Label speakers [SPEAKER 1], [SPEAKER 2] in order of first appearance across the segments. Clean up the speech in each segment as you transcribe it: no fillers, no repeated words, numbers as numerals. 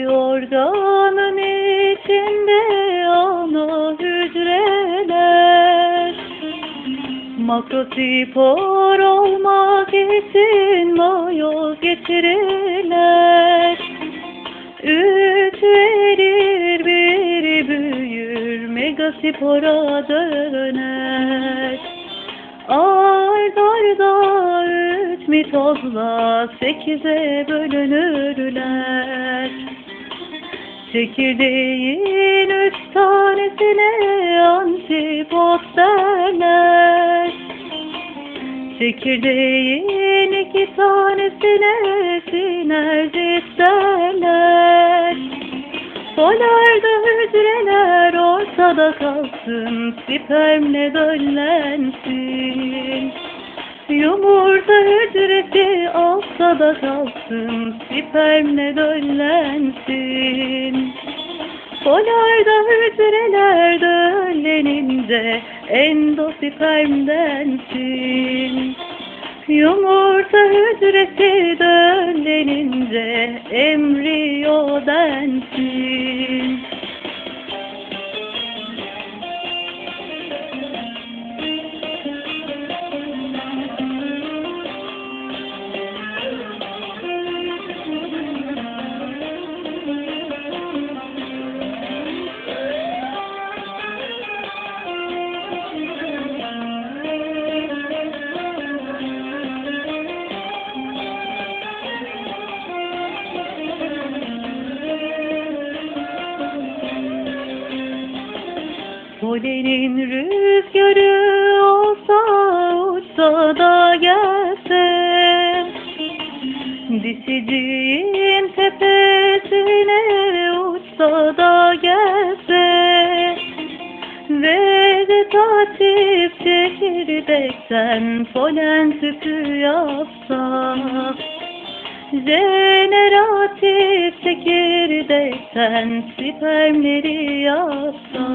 [SPEAKER 1] organın içinde ana hücreler. Makrospor olmak için mayoz geçirirler. Üç verir biri büyür, megaspora döner. Ard arda 3 mitozla 8'e bölünürler. Çekirdeğin 3 tanesine antipod derler. Çekirdeğin 2 tanesine sinerjist derler. Polarda hücreler ortada kalsın, spermle döllensin. Yumurta hücresi altta kalsın, spermle döllensin. Polarda hücreler döllenince endospermdensin. Yumurta hücresi döllenince embriyodensin. Polenin rüzgarı olsa uçsa da gelse, dişiciğin tepesine uçsa da gelse, vegetatif çekirdekten polen tüpü yapsa, jeneratif çekirdekten spermleri yapsa,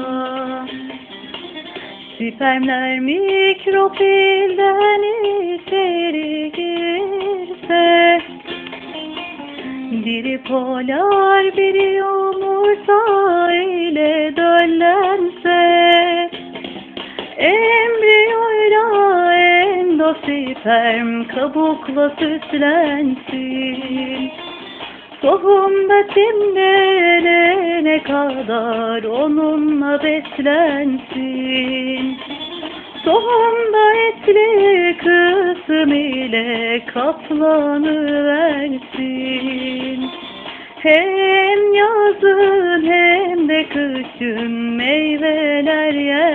[SPEAKER 1] spermler mikropilden içeri girse, biri polar biri yumurta ile döllense, embriyoyla endosperm kabukla süslensin. Tohumda çimlenene kadar onunla beslensin. Tohumda etli kısım ile kaplanıversin. Hem yazın hem de kışın meyveler yer.